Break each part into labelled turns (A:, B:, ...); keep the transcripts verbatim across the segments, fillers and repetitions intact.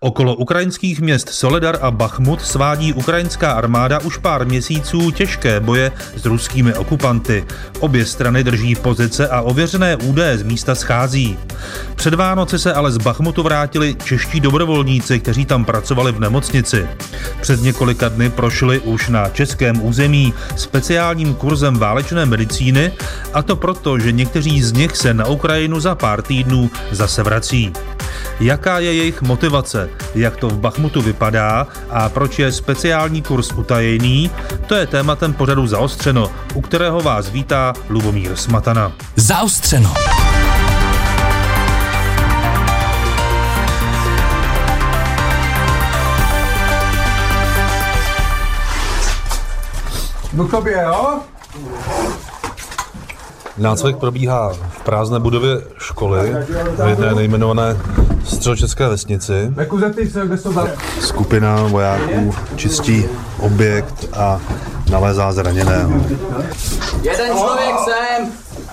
A: Okolo ukrajinských měst Soledar a Bachmut svádí ukrajinská armáda už pár měsíců těžké boje s ruskými okupanty. Obě strany drží pozice a ověřené údaje z místa schází. Před Vánoci se ale z Bachmutu vrátili čeští dobrovolníci, kteří tam pracovali v nemocnici. Před několika dny prošli už na českém území speciálním kurzem válečné medicíny, a to proto, že někteří z nich se na Ukrajinu za pár týdnů zase vrací. Jaká je jejich motivace, jak to v Bachmutu vypadá a proč je speciální kurz utajený, to je tématem pořadu Zaostřeno, u kterého vás vítá Lubomír Smatana.
B: Zaostřeno.
C: No tobě, jo?
D: Nácvik probíhá v prázdné budově školy v jedné nejmenované středočeské vesnici. Skupina vojáků čistí objekt a nalézá zraněného.
E: Jeden člověk sem!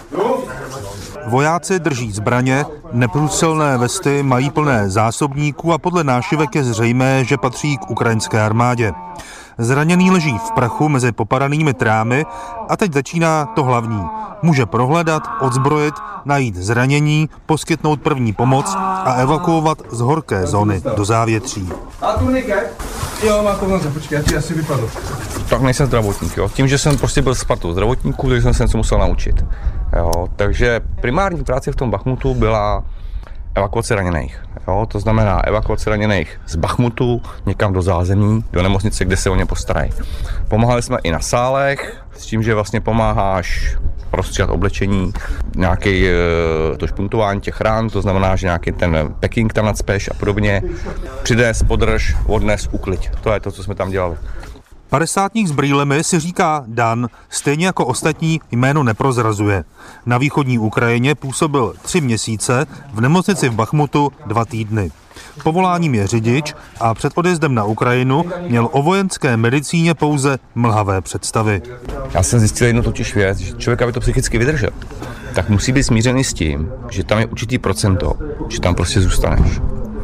A: Vojáci drží zbraně, neprůstřelné vesty, mají plné zásobníků a podle nášivek je zřejmé, že patří k ukrajinské armádě. Zraněný leží v prachu mezi popadanými trámy a teď začíná to hlavní. Může prohledat, odzbrojit, najít zranění, poskytnout první pomoc a evakuovat z horké zóny do závětří.
C: A tunike? Jo, má to v noze, počkej, já ti asi vypadl.
F: Tak nejsem zdravotník, jo. Tím, že jsem prostě byl s partou zdravotníků, takže jsem se něco musel naučit. Jo. Takže primární práce v tom Bachmutu byla evakuace raněných. Jo. To znamená evakuace raněných z Bachmutu někam do zázemí, do nemocnice, kde se o ně postarají. Pomáhali jsme i na sálech, s tím, že vlastně pomáháš prostříhat oblečení, nějaký to špuntování těch rán, to znamená, že nějaký ten packing tam nacpeš a podobně. Přides, podrž, odnes, ukliď. To je to, co jsme tam dělali.
A: Padesátník s brýlemi si říká Dan, stejně jako ostatní jméno neprozrazuje. Na východní Ukrajině působil tři měsíce, v nemocnici v Bachmutu dva týdny. Povoláním je řidič a před odjezdem na Ukrajinu měl o vojenské medicíně pouze mlhavé představy.
F: Já jsem zjistil jednu totiž věc, že člověk, aby to psychicky vydržel, tak musí být smířený s tím, že tam je určitý procento, že tam prostě zůstaneš.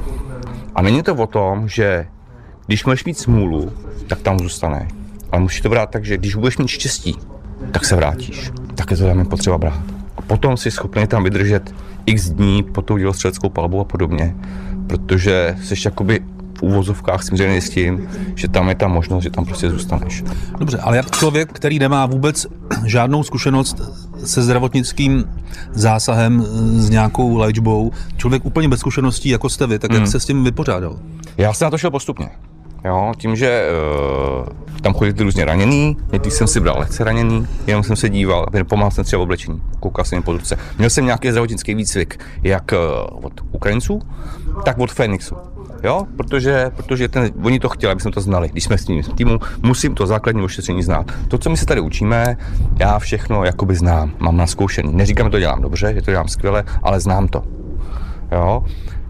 F: A není to o tom, že když můžeš mít smůlu, tak tam zůstaneš. Ale musíš to brát tak, že když budeš mít štěstí, tak se vrátíš. Tak je to tam potřeba brát. A potom jsi schopný tam vydržet x dní pod tou dělostřeleckou palbou a podobně, protože jsi jakoby v úvozovkách smířený s tím, že tam je ta možnost, že tam prostě zůstaneš.
D: Dobře, ale jak člověk, který nemá vůbec žádnou zkušenost se zdravotnickým zásahem, s nějakou léčbou, člověk úplně bez zkušeností, jako jste vy, tak jak hmm. se s tím vypořádal?
F: Já jsem na to šel postupně. Jo, tím, že uh, tam chodili různě raněný, někdy jsem si bral lehce raněný, jenom jsem se díval, pomáhal jsem třeba v oblečení, koukal jsem jim pod ruce. Měl jsem nějaký zdravotnický výcvik, jak uh, od Ukrajinců, tak od Fénixu. Jo, protože, protože ten, oni to chtěli, aby jsme to znali. Když jsme s tím týmu, musím to základní ošetření znát. To, co my se tady učíme, já všechno jakoby znám, mám naskoušený. Neříkám, že to dělám dobře, že to dělám skvěle, ale znám to. Jo,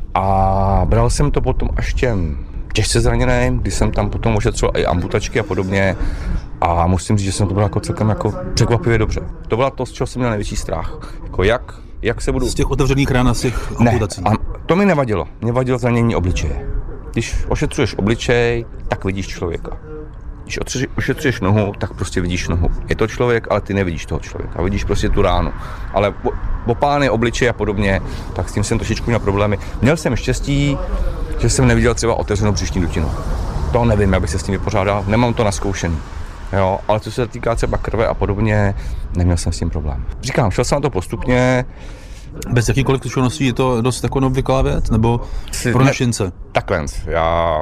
F: a bral jsem to potom až těm těžce zraněným, když jsem tam potom ošetřoval i amputačky a podobně, a musím říct, že jsem to byl jako celkem jako překvapivě dobře. To byla to, z čeho jsem měl největší strach. Jako jak, jak se budu...
D: Z těch otevřených rán a z těch amputací?
F: Ne, a to mi nevadilo. Mě vadilo zranění obličeje. Když ošetřuješ obličej, tak vidíš člověka. Když ošetřuješ nohu, tak prostě vidíš nohu. Je to člověk, ale ty nevidíš toho člověka. Vidíš prostě tu ránu. Ale opálený obličej a podobně, tak s tím jsem trošičku měl problémy. Měl jsem štěstí, že jsem neviděl třeba otevřenou břišní dutinu. To nevím, jak bych se s tím vypořádal, nemám to naskoušený. Jo, ale co se týká třeba krve a podobně, neměl jsem s tím problém. Říkám, šel jsem na to postupně.
D: Bez jakýkoliv zkušeností je to dost jako obvyklá věc, nebo pro našince?
F: Takhle, já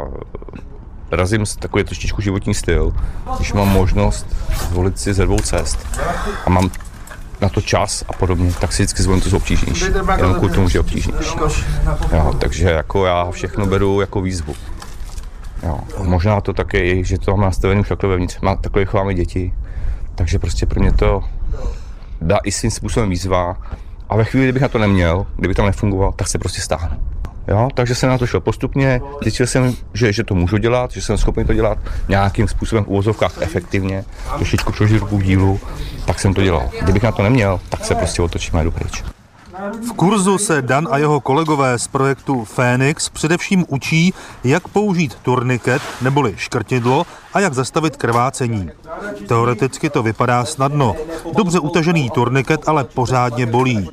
F: razím takový trošičku životní styl, když mám možnost zvolit si ze dvou cest a mám na to čas a podobně, tak si vždycky zvolím to, co obtížnější. Jenom kvůli tomu, že je obtížnější. Jo, takže jako já všechno beru jako výzvu. Jo, možná to taky, že to mám nastavený už takhle vevnitř, má takové chováme děti, takže prostě pro mě to dá i svým způsobem výzva a ve chvíli, kdybych na to neměl, kdyby tam nefungoval, tak se prostě stáhnu. Jo, takže jsem na to šel postupně, zjistil jsem, že, že to můžu dělat, že jsem schopný to dělat nějakým způsobem v uvozovkách efektivně, trošičku přežít ruku k dílu, tak jsem to dělal. Kdybych na to neměl, tak se prostě otočím a jdu pryč.
A: V kurzu se Dan a jeho kolegové z projektu Fénix především učí, jak použít turniket neboli škrtidlo a jak zastavit krvácení. Teoreticky to vypadá snadno. Dobře utažený turniket ale pořádně bolí.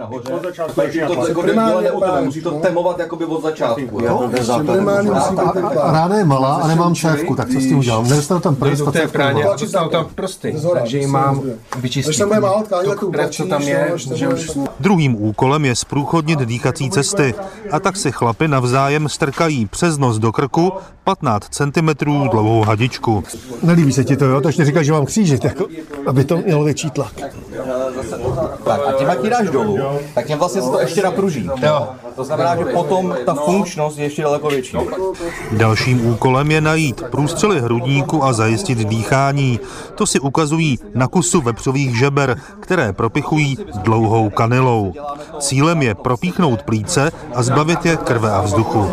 B: Musí to temovat jakoby od začátku.
G: Rána je malá a nemám šéfku, tak co s tím udělám? Nedostanu tam prst,
C: to je právě, dostanu tam prsty, takže ji mám vyčistit. Krev, co tam je, že už...
A: Druhým úkolem je zprůchodnit dýchací cesty a tak si chlapi navzájem strkají přes nos do krku patnáct centimetrů dlouhou hadičku.
G: Nelíbí se ti to, jo? To ještě říkáš, že mám křížit, jako, aby to mělo větší tlak.
B: Tak a tím, jak ji dáš dolů, tak tím vlastně se to ještě napruží. Jo. To znamená, že potom ta funkčnost je ještě daleko větší.
A: Dalším úkolem je najít průstřely hrudníku a zajistit dýchání. To si ukazují na kusu vepřových žeber, které propichují dlouhou kanylou. Cílem je propíchnout plíce a zbavit je krve a vzduchu.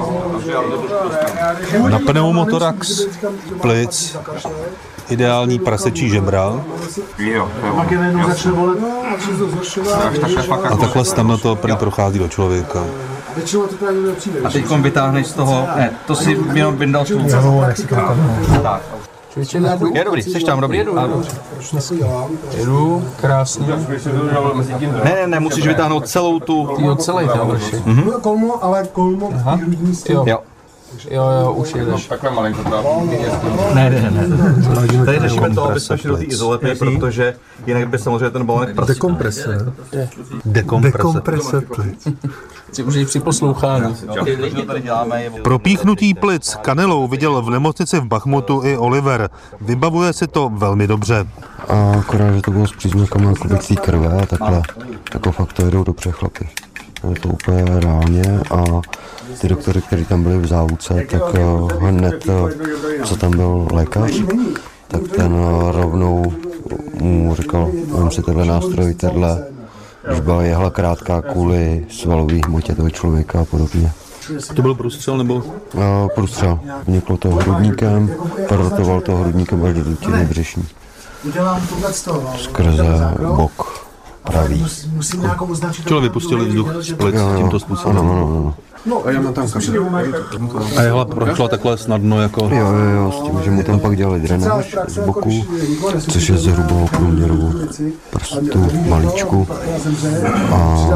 D: Na pneumotorax plic ideální prasečí žebra. A takhle tam to prý prochází do člověka.
B: A teď vytáhneš z toho, ne, to si jenom vyndal tu. Tak. Je dobrý, jsi tam dobrý.
C: Jedu, krásně.
B: Ne, ne, ne, musíš vytáhnout celou tu...
C: Jo, celý ten vršek.
G: Mm-hmm. Kolmo, ale kolmo...
C: Jo.
B: Jo.
C: Jo, jo, už jedeš.
B: Takhle malinko právě. Ne, ne, ne. Tady řešíme to, aby jsme šli do té izolepy, protože jinak by samozřejmě ten balonek prastil.
G: Dekomprese.
A: Dekomprese.
G: Dekomprese plic.
C: Chci už při poslouchání.
A: Propíchnutý plic kanylou viděl v nemocnici v Bachmutu i Oliver. Vybavuje si to velmi dobře.
H: A akorát, že to bylo s příznakama jako té krve a takhle, jako fakt to jedou dobře chlapi. Je to úplně reálně a ty doktory, kteří tam byli v závuce, tak hned, co tam byl lékař, tak ten rovnou mu říkal, vem si tenhle nástroj, tenhle, když byla jehla krátká kvůli svalový hmotě toho člověka a podobně.
D: To byl průstřel nebo?
H: A průstřel. Vniklo to hrudníkem, parotoval to hrudníkem až do dutiny břešní. Skrze bok pravý.
D: Čili vypustili vzduch z plic tímto způsobem.
H: Ano, ano, ano.
C: No a já mám tam kašel.
D: A jehla prošla takhle snadno jako...
H: Jo, jo, jo, s tím, že mu tam pak dělali drenáž z boku, což je zhruba průměru prstu, malíčku. A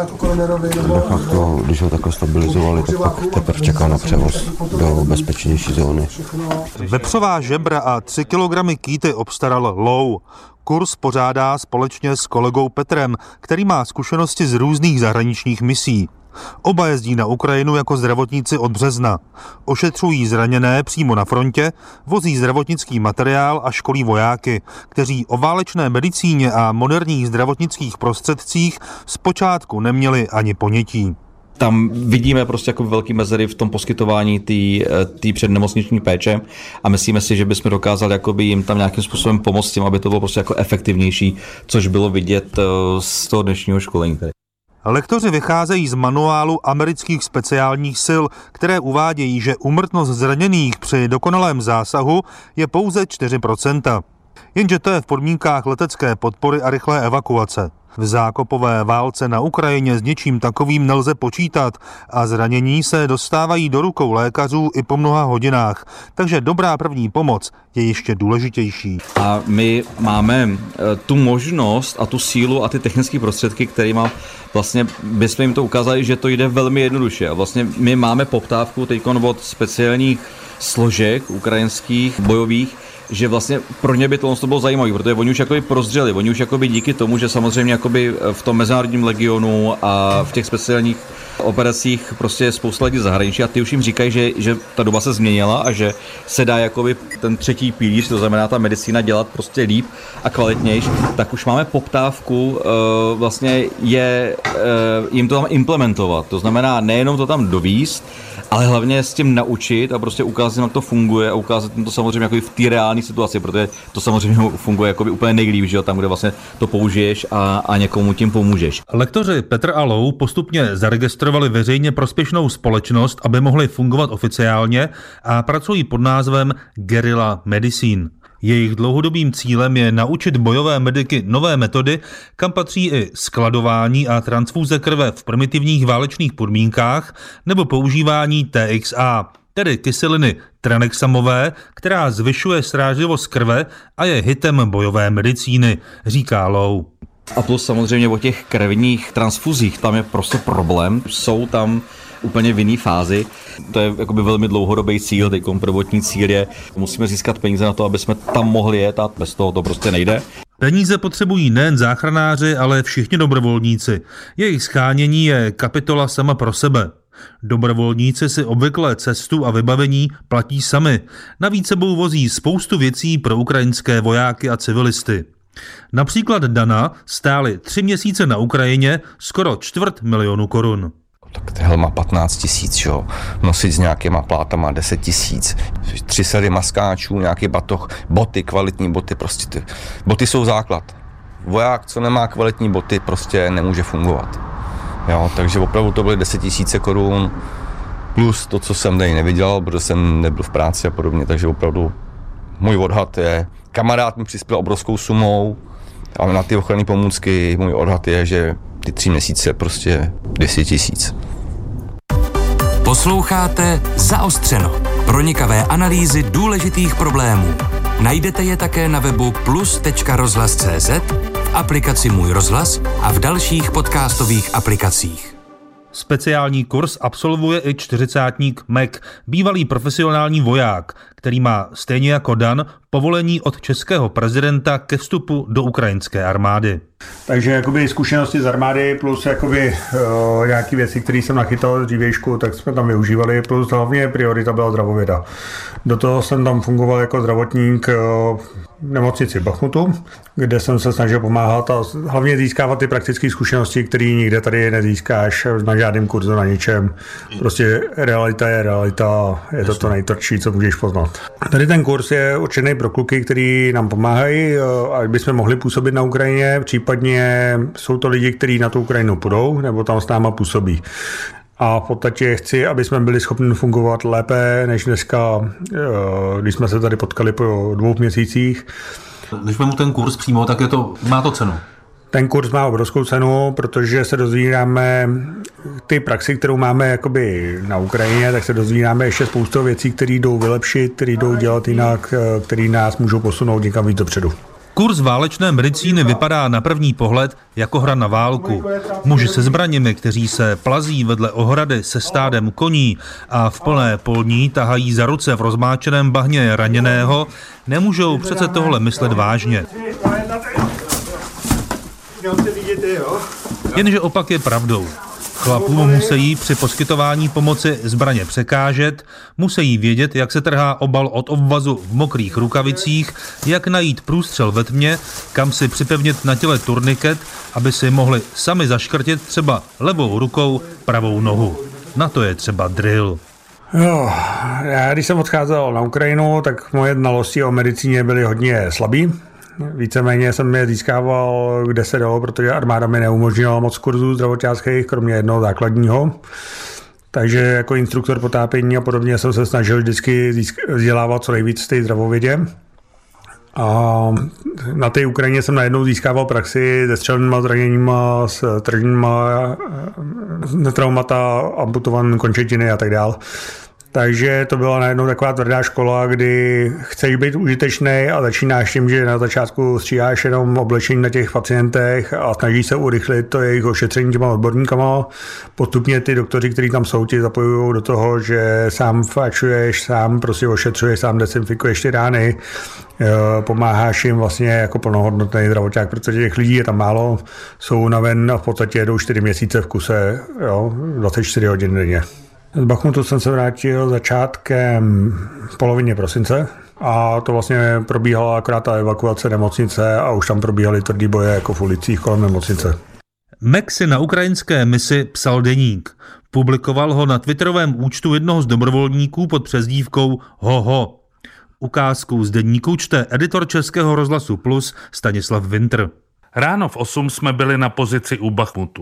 H: de facto, když ho takhle stabilizovali, tak pak teprve čeká na převoz do bezpečnější zóny.
A: Vepřová žebra a tři kilogramy kýty obstaral Lou. Kurz pořádá společně s kolegou Petrem, který má zkušenosti z různých zahraničních misí. Oba jezdí na Ukrajinu jako zdravotníci od března. Ošetřují zraněné přímo na frontě, vozí zdravotnický materiál a školí vojáky, kteří o válečné medicíně a moderních zdravotnických prostředcích zpočátku neměli ani ponětí.
I: Tam vidíme prostě jako velký mezery v tom poskytování té přednemocniční péče a myslíme si, že bychom dokázali jakoby jim tam nějakým způsobem pomoct tím, aby to bylo prostě jako efektivnější, což bylo vidět z toho dnešního školení.
A: Lektoři vycházejí z manuálu amerických speciálních sil, které uvádějí, že úmrtnost zraněných při dokonalém zásahu je pouze čtyři procenta. Jenže to je v podmínkách letecké podpory a rychlé evakuace. V zákopové válce na Ukrajině s něčím takovým nelze počítat a zranění se dostávají do rukou lékařů i po mnoha hodinách, takže dobrá první pomoc je ještě důležitější.
I: A my máme tu možnost a tu sílu a ty technické prostředky, které mám, vlastně bychom jim to ukázali, že to jde velmi jednoduše. A vlastně my máme poptávku teď od speciálních složek ukrajinských bojových, že vlastně pro ně by to bylo zajímavé, protože oni už jakoby prozřeli, oni už jakoby díky tomu, že samozřejmě jakoby v tom mezinárodním legionu a v těch speciálních operacích prostě je spousta lidí zahraničí a ty už jim říkají, že, že ta doba se změnila a že se dá jakoby ten třetí pilíř, to znamená ta medicína, dělat prostě líp a kvalitnější, tak už máme poptávku vlastně je jim to tam implementovat, to znamená nejenom to tam dovízt, ale hlavně s tím naučit a prostě ukázat, jak to funguje a ukázat jim to samozřejmě jako v té reálné situaci, protože to samozřejmě funguje jako úplně nejlíp, že jo, tam, kde vlastně to použiješ a, a někomu tím pomůžeš.
A: Lektoři Petr a Lou postupně zaregistrovali veřejně prospěšnou společnost, aby mohli fungovat oficiálně a pracují pod názvem Guerrilla Medicine. Jejich dlouhodobým cílem je naučit bojové mediky nové metody, kam patří i skladování a transfúze krve v primitivních válečných podmínkách nebo používání T X A, tedy kyseliny tranexamové, která zvyšuje srážlivost krve a je hitem bojové medicíny, říká Lou.
I: A plus samozřejmě o těch krevních transfuzích, tam je prostě problém, jsou tam úplně v jiné fázi. To je jakoby velmi dlouhodobý cíl, teď prvotní cíl je, musíme získat peníze na to, aby jsme tam mohli jet a bez toho to prostě nejde.
A: Peníze potřebují nejen záchranáři, ale všichni dobrovolníci. Jejich schánění je kapitola sama pro sebe. Dobrovolníci si obvykle cestu a vybavení platí sami. Navíc sebou vozí spoustu věcí pro ukrajinské vojáky a civilisty. Například Dana stály tři měsíce na Ukrajině skoro čtvrt milionu korun.
F: Tak tohle má patnáct tisíc, jo. Nosit s nějakýma plátama deset tisíc. Tři sady maskáčů, nějaký batoh, boty, kvalitní boty, prostě ty. Boty jsou základ. Voják, co nemá kvalitní boty, prostě nemůže fungovat. Jo, takže opravdu to byly deset tisíc korun plus to, co jsem tady neviděl, protože jsem nebyl v práci a podobně, takže opravdu můj odhad je, kamarád mi přispěl obrovskou sumou a na ty ochranné pomůcky můj odhad je, že ty tři měsíce prostě deset tisíc.
J: Posloucháte Zaostřeno. Pronikavé analýzy důležitých problémů. Najdete je také na webu plus tečka rozhlas tečka cé zet, v aplikaci Můj rozhlas a v dalších podcastových aplikacích.
A: Speciální kurz absolvuje i čtyřicátník Mac, bývalý profesionální voják, který má stejně jako Dan povolení od českého prezidenta ke vstupu do ukrajinské armády.
G: Takže jakoby zkušenosti z armády plus jakoby uh, nějaké věci, které jsem nachytal z dřívějšku, tak jsme tam využívali, plus hlavně priorita byla zdravověda. Do toho jsem tam fungoval jako zdravotník uh, v nemocnici Bachmutu, kde jsem se snažil pomáhat a hlavně získávat ty praktické zkušenosti, které nikde tady nezískáš na žádném kurzu, na ničem. Prostě realita je realita, je to to nejtvrdší, co můžeš poznat. Tady ten kurz je určený pro kluky, kteří nám pomáhají, aby jsme mohli působit na Ukrajině, případně jsou to lidi, kteří na tu Ukrajinu půjdou, nebo tam s náma působí. A v podstatě chci, aby jsme byli schopni fungovat lépe než dneska, když jsme se tady potkali po dvou měsících.
D: Když mu ten kurz přímo, tak je to, má to cenu.
G: Ten kurz má obrovskou cenu, protože se dozvídáme ty praxi, kterou máme jakoby na Ukrajině, tak se dozvídáme ještě spoustu věcí, které jdou vylepšit, které jdou dělat jinak, které nás můžou posunout někam víc dopředu.
A: Kurz válečné medicíny vypadá na první pohled jako hra na válku. Muži se zbraněmi, kteří se plazí vedle ohrady se stádem koní a v plné polní tahají za ruce v rozmáčeném bahně raněného, nemůžou přece tohle myslet vážně. Jenže opak je pravdou. Chlapům musí při poskytování pomoci zbraně překážet, musí vědět, jak se trhá obal od obvazu v mokrých rukavicích, jak najít průstřel ve tmě, kam si připevnit na těle turniket, aby si mohli sami zaškrtit třeba levou rukou pravou nohu. Na to je třeba drill.
G: Jo, já když jsem odcházel na Ukrajinu, tak moje znalosti o medicíně byly hodně slabý. Víceméně jsem je získával, kde se dalo, protože armáda mi neumožnila moc kurzů zdravotňářských, kromě jednoho základního. Takže jako instruktor potápění a podobně jsem se snažil vždycky vzdělávat co nejvíc v té zdravovědě. A na té Ukrajině jsem najednou získával praxi se střelnýma zraněníma, s tržníma, traumata, amputované končetiny a tak dále. Takže to byla najednou taková tvrdá škola, kdy chceš být užitečný a začínáš tím, že na začátku stříháš jenom oblečení na těch pacientech a snažíš se urychlit to jejich ošetření těma odborníkama. Postupně ty doktoři, kteří tam jsou, ti zapojují do toho, že sám fačuješ, sám prostě ošetřuješ, sám dezinfikuješ ty rány, pomáháš jim vlastně jako plnohodnotný zdravotňák, protože těch lidí je tam málo, jsou naven a v podstatě jedou čtyři měsíce v kuse, jo, dvacet čtyři hodin denně. Z Bachmutu jsem se vrátil začátkem v polovině prosince a to vlastně probíhala akorát ta evakuace nemocnice a už tam probíhaly tvrdý boje jako v ulicích kolem nemocnice.
A: Mac si na ukrajinské misi psal deník. Publikoval ho na twitterovém účtu jednoho z dobrovolníků pod přezdívkou Hoho. Ukázku z deníku čte editor Českého rozhlasu Plus Stanislav Winter.
K: Ráno v osm jsme byli na pozici u Bachmutu.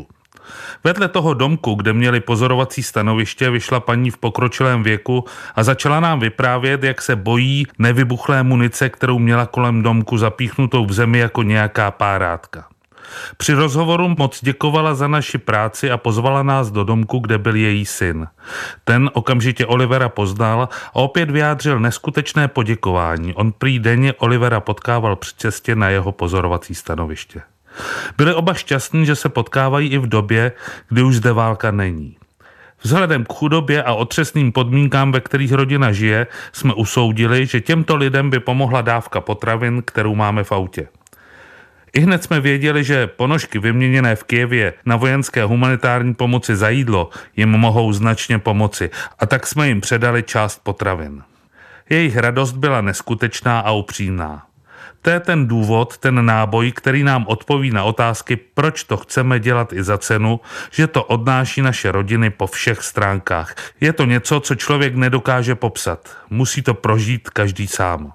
K: Vedle toho domku, kde měli pozorovací stanoviště, vyšla paní v pokročilém věku a začala nám vyprávět, jak se bojí nevybuchlé munice, kterou měla kolem domku zapíchnutou v zemi jako nějaká párátka. Při rozhovoru moc děkovala za naši práci a pozvala nás do domku, kde byl její syn. Ten okamžitě Olivera poznal a opět vyjádřil neskutečné poděkování. On prý denně Olivera potkával při cestě na jeho pozorovací stanoviště. Byli oba šťastní, že se potkávají i v době, kdy už zde válka není. Vzhledem k chudobě a otřesným podmínkám, ve kterých rodina žije, jsme usoudili, že těmto lidem by pomohla dávka potravin, kterou máme v autě. Ihned jsme věděli, že ponožky vyměněné v Kyjevě na vojenské humanitární pomoci za jídlo jim mohou značně pomoci, a tak jsme jim předali část potravin. Jejich radost byla neskutečná a upřímná. To je ten důvod, ten náboj, který nám odpoví na otázky, proč to chceme dělat i za cenu, že to odnáší naše rodiny po všech stránkách. Je to něco, co člověk nedokáže popsat. Musí to prožít každý sám.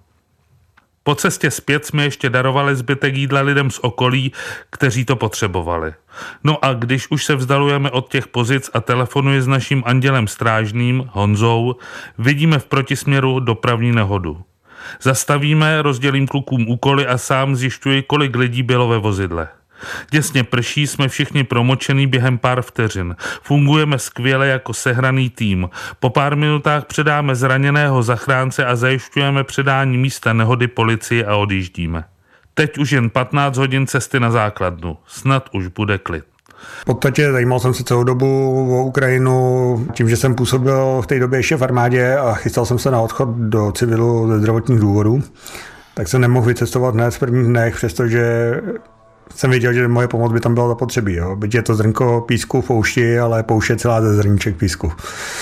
K: Po cestě zpět jsme ještě darovali zbytek jídla lidem z okolí, kteří to potřebovali. No a když už se vzdalujeme od těch pozic a telefonuji s naším andělem strážným, Honzou, vidíme v protisměru dopravní nehodu. Zastavíme, rozdělím klukům úkoly a sám zjišťuji, kolik lidí bylo ve vozidle. Děsně prší, jsme všichni promočený během pár vteřin. Fungujeme skvěle jako sehraný tým. Po pár minutách předáme zraněného zachránce a zajišťujeme předání místa nehody policii a odjíždíme. Teď už jen patnáct hodin cesty na základnu. Snad už bude klid.
G: V podstatě zajímal jsem se celou dobu o Ukrajinu tím, že jsem působil v té době ještě v armádě a chystal jsem se na odchod do civilu ze zdravotních důvodů. Tak jsem nemohl vycestovat hned v prvních dnech, přestože jsem věděl, že moje pomoc by tam byla zapotřebí. Jo. Byť je to zrnko písku v poušti, ale poušť je celá ze zrníček písku.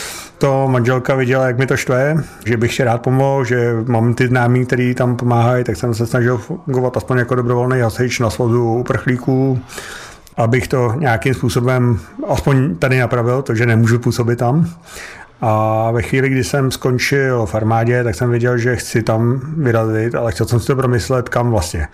G: To manželka viděla, jak mi to štve, že bych še rád pomohl, že mám ty známí, který tam pomáhají, tak jsem se snažil fungovat aspoň jako dobrovolný hasič na svozu uprchlíků, abych to nějakým způsobem aspoň tady napravil, takže nemůžu působit tam. A ve chvíli, kdy jsem skončil v armádě, tak jsem věděl, že chci tam vyrazit, ale chtěl jsem si to promyslet, kam vlastně.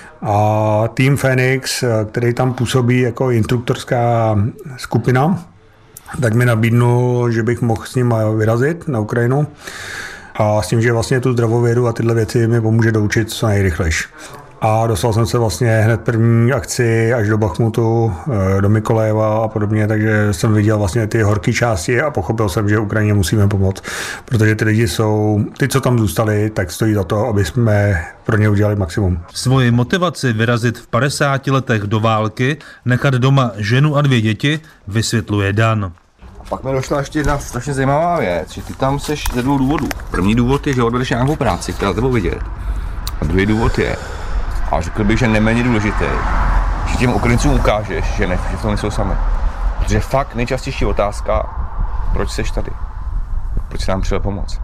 G: A tým Phoenix, který tam působí jako instruktorská skupina, tak mi nabídnul, že bych mohl s ním vyrazit na Ukrajinu. A s tím, že vlastně tu zdravovědu a tyhle věci mi pomůže doučit co nejrychlejš. A dostal jsem se vlastně hned první akci až do Bachmutu, do Mykolajeva a podobně, takže jsem viděl vlastně ty horké části a pochopil jsem, že Ukrajině musíme pomoct, protože ty lidi jsou, ty, co tam zůstali, tak stojí za to, aby jsme pro ně udělali maximum.
A: Svoji motivaci vyrazit v padesáti letech do války, nechat doma ženu a dvě děti, vysvětluje Dan.
F: Pak mi došla ještě jedna strašně zajímavá věc, že ty tam seš ze dvou důvodů. První důvod je, že odvedeš nějakou práci, která tebou vidět. A druhý důvod je, a řekl bych, že neméně důležité, že těm Ukrajincům ukážeš, že, ne, že v tom nejsou sami. Protože fakt nejčastější otázka, proč seš tady? Proč se nám přijel pomoct?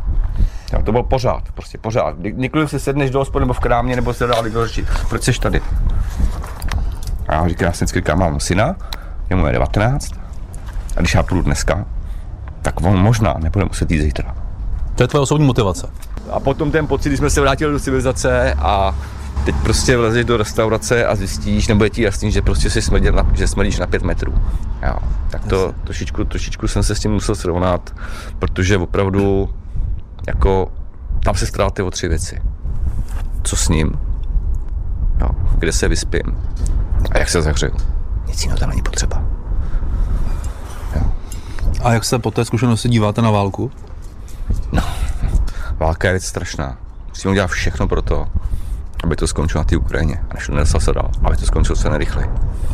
F: Tak to bylo pořád, prostě pořád. Kdykoliv se sedneš do hospody nebo v krámě, nebo se dál někdo řešit, proč seš tady? A já říkám, já jsem vždycky říkám, mám syna, je mu je devatenáct, a když já půjdu dneska, tak on možná nebude muset jít zítra.
D: To je tvoje osobní motivace.
F: A potom ten pocit, když jsme se vrátili do civilizace a teď prostě vlezeš do restaurace a zjistíš, nebo je ti jasný, že prostě si smrdil na, že smrdíš na pět metrů. Jo. Tak to trošičku, trošičku jsem se s tím musel srovnat, protože opravdu jako tam se ztráty o tři věci. Co s ním, jo. Kde se vyspím a jak se zahřeju. Nic jiného tam není potřeba. Jo.
D: A jak se po té zkušenosti díváte na válku?
F: No, válka je věc strašná. Musíme udělat všechno pro to, aby to skončilo na té Ukrajině. A než to nedostal se dál, aby to skončilo co nejrychleji.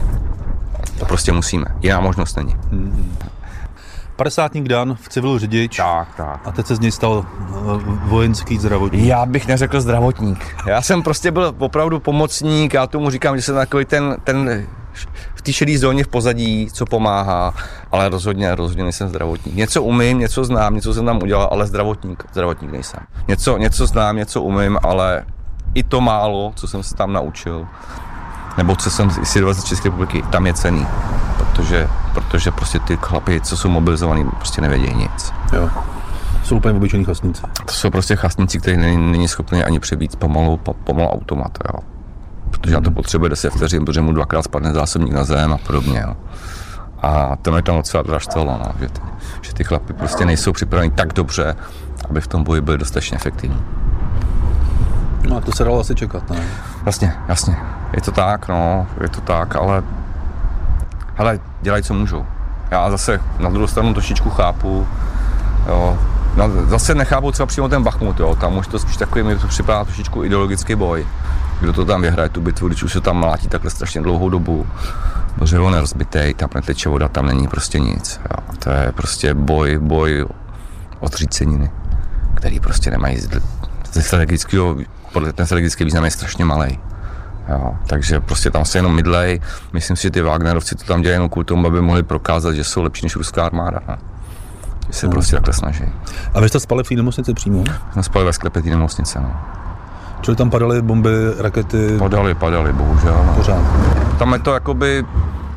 F: To prostě musíme. Jiná možnost není.
D: Hmm. padesátník Dan, v civilu řidič.
F: Tak, tak.
D: A teď se z něj stal vojenský zdravotník.
F: Já bych neřekl zdravotník. Já jsem prostě byl opravdu pomocník, já tomu říkám, že jsem takový ten, ten v té šedé zóně v pozadí, co pomáhá, ale rozhodně, rozhodně nejsem zdravotník. Něco umím, něco znám, něco jsem tam udělal, ale zdravotník, zdravotník nejsem. Něco, něco znám, něco umím, ale i to málo, co jsem se tam naučil, nebo co jsem si dovezl z České republiky, tam je cenný, protože, protože prostě ty chlapi, co jsou mobilizovaní, prostě nevědějí nic.
D: Jo. Jsou úplně obyčejní chastníci.
F: To jsou prostě chastníci, kteří není, není schopný ani přebít pomalu, pomalu automat, jo. Protože na to potřebuje deset vteřin, protože mu dvakrát spadne zásobník na zem a podobně, jo. A to mě tam docela dražtalo, no, že, ty, že ty chlapy prostě nejsou připraveni tak dobře, aby v tom boji byli dostatečně efektivní.
D: No a to se dalo asi čekat, ne?
F: Jasně, jasně. Je to tak, no, je to tak, ale hele, dělají, co můžou. Já zase na druhou stranu trošičku chápu, jo. No, zase nechápu třeba přímo ten Bachmut, jo. Tam už to spíš takový, mi to připadá trošičku ideologický boj. Kdo to tam vyhraje, tu bitvu, když už se tam mlátí takhle strašně dlouhou dobu. Protože on je rozbitej, tam neteče voda, tam není prostě nic. Jo. To je prostě boj, boj o zříceniny, který prostě nemají ze strategického, podle ten strategický význam je strašně malej. Jo, takže prostě tam se jenom mydlej. Myslím si, že ty Wagnerovci to tam dělají jenom kvůli tomu, aby mohli prokázat, že jsou lepší než ruská armáda. Ne? Že se no. prostě takhle snaží.
D: A vy jste spali v té nemocnici přímo?
F: Jsme spali ve sklepě té nemocnice, no.
D: Čili tam padaly bomby, rakety?
F: Padaly, padaly, bohužel. No.
D: Pořád.
F: Tam je to jakoby...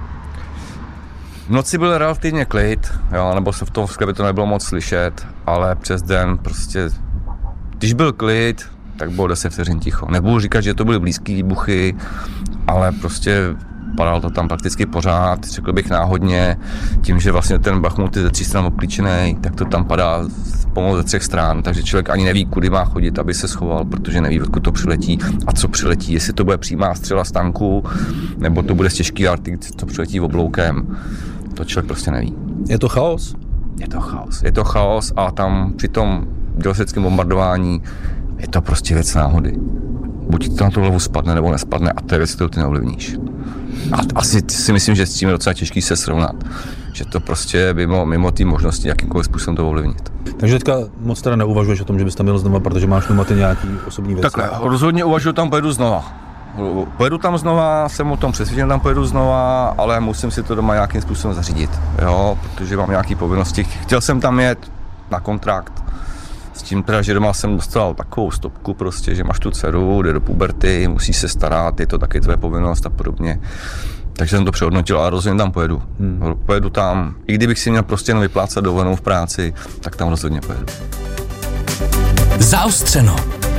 F: V noci byl relativně klid, jo, nebo se v tom sklepě to nebylo moc slyšet, ale přes den prostě... Když byl klid, tak bylo deset vteřin ticho. Nebudu říkat, že to byly blízký výbuchy, ale prostě padalo to tam prakticky pořád, řekl bych náhodně, tím, že vlastně ten Bachmut je ze tří stran obklíčený, tak to tam padá pomalu ze třech stran, takže člověk ani neví, kudy má chodit, aby se schoval, protože neví, odkud to přiletí a co přiletí, jestli to bude přímá střela z tanku, nebo to bude z těžký arty, co přiletí obloukem. To člověk prostě neví.
D: Je to chaos?
F: Je to chaos. Je to chaos a tam při tom dělostřeleckém bombardování je to prostě věc náhody. Buď to na tu hlavu spadne, nebo nespadne a to je věc, kterou ty neovlivníš. A asi si myslím, že s tím je docela těžký se srovnat. Že to prostě je mimo, mimo té možnosti jakýmkoliv způsobem to ovlivnit.
D: Takže teďka moc teda neuvažuješ o tom, že bys tam měl znova, protože máš doma ty nějaký osobní věci?
F: Takhle, rozhodně uvažuji, tam pojedu znova. Pojedu tam znova, jsem o tom přesvědčen, tam pojedu znova, ale musím si to doma nějakým způsobem zařídit, jo, protože mám nějaké povinnosti. Chtěl jsem tam jet na kontrakt, s tím teda, že doma jsem dostal takovou stopku prostě, že máš tu dceru, jde do puberty, musí se starat, je to taky tvoje povinnost a podobně. Takže jsem to přehodnotil a rozhodně tam pojedu. Hmm. Pojedu tam, i kdybych si měl prostě jenom vyplácat dovolenou v práci, tak tam rozhodně pojedu.
J: Zaostřeno.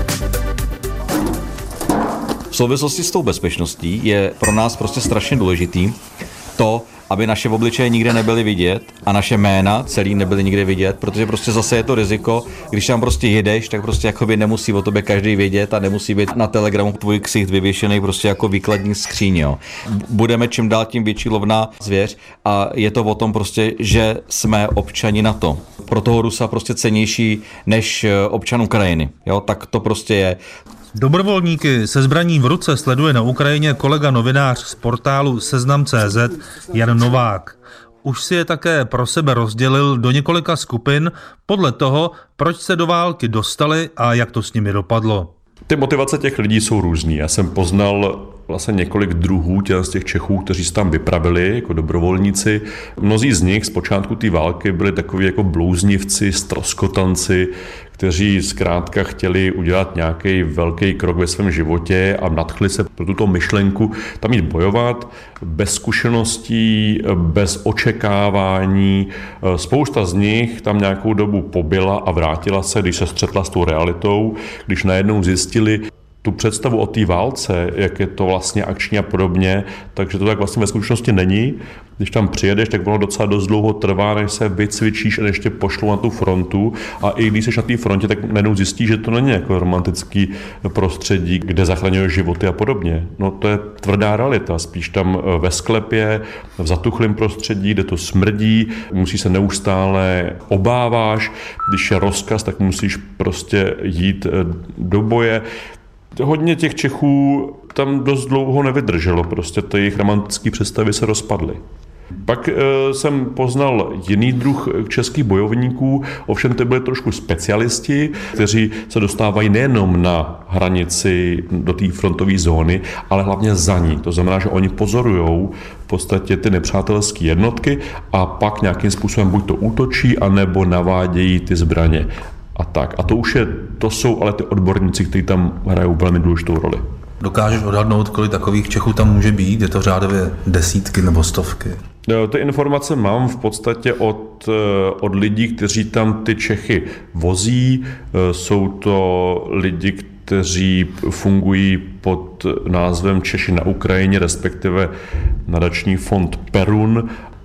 I: V souvislosti s tou bezpečností je pro nás prostě strašně důležitý to, aby naše obličeje nikde nebyly vidět a naše jména celý nebyly nikde vidět, protože prostě zase je to riziko, když tam prostě jedeš, tak prostě jakoby nemusí o tobě každý vědět a nemusí být na Telegramu tvůj ksicht vyvěšený prostě jako výkladní skříň, jo. Budeme čím dál tím větší lovná zvěř a je to o tom prostě, že jsme občani NATO. Pro toho Rusa prostě cennější než občan Ukrajiny, jo, tak to prostě je.
A: Dobrovolníky se zbraní v ruce sleduje na Ukrajině kolega novinář z portálu Seznam tečka cé zet Jan Novák. Už si je také pro sebe rozdělil do několika skupin podle toho, proč se do války dostali a jak to s nimi dopadlo.
L: Ty motivace těch lidí jsou různý. Já jsem poznal vlastně několik druhů těch z těch Čechů, kteří se tam vypravili jako dobrovolníci. Mnozí z nich z počátku té války byli takoví jako blouznivci, ztroskotanci, kteří zkrátka chtěli udělat nějaký velký krok ve svém životě a nadchli se pro tuto myšlenku tam jít bojovat, bez zkušeností, bez očekávání. Spousta z nich tam nějakou dobu pobyla a vrátila se, když se střetla s tou realitou, když najednou zjistili tu představu o té válce, jak je to vlastně akční a podobně, takže to tak vlastně ve skutečnosti není. Když tam přijedeš, tak ono docela dost dlouho trvá, než se vycvičíš a než tě pošlou na tu frontu. A i když jsi na té frontě, tak najednou zjistíš, že to není jako romantický prostředí, kde zachraňuješ životy a podobně. No to je tvrdá realita. Spíš tam ve sklepě, v zatuchlém prostředí, kde to smrdí, musíš se neustále obáváš. Když je rozkaz, tak musíš prostě jít do boje. Hodně těch Čechů tam dost dlouho nevydrželo, prostě ty jejich romantické představy se rozpadly. Pak e, jsem poznal jiný druh českých bojovníků, ovšem ty byli trošku specialisti, kteří se dostávají nejenom na hranici do té frontové zóny, ale hlavně za ní. To znamená, že oni pozorujou v podstatě ty nepřátelské jednotky a pak nějakým způsobem buď to útočí, anebo navádějí ty zbraně. A tak. A to už je, to jsou ale ty odborníci, kteří tam hrajou velmi důležitou roli.
D: Dokážeš odhadnout, kolik takových Čechů tam může být? Je to řádově desítky nebo stovky?
L: Ty informace mám v podstatě od, od lidí, kteří tam ty Čechy vozí. Jsou to lidi, kteří fungují pod názvem Češi na Ukrajině, respektive nadační fond Perun.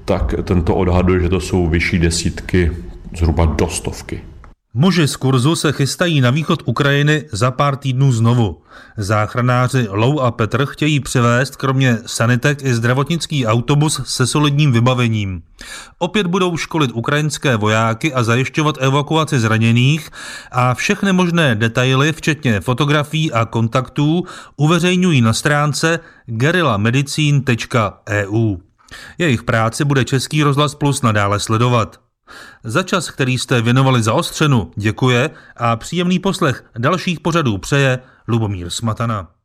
L: tak tento odhaduje, že to jsou vyšší desítky, zhruba do stovky.
A: Muži z kurzu se chystají na východ Ukrajiny za pár týdnů znovu. Záchranáři Lou a Petr chtějí přivést kromě sanitek i zdravotnický autobus se solidním vybavením. Opět budou školit ukrajinské vojáky a zajišťovat evakuaci zraněných a všechny možné detaily, včetně fotografií a kontaktů, uveřejňují na stránce guerilla medicine tečka e u. Jejich práci bude Český rozhlas Plus nadále sledovat. Za čas, který jste věnovali Zaostřenu, děkuje a příjemný poslech dalších pořadů přeje Lubomír Smatana.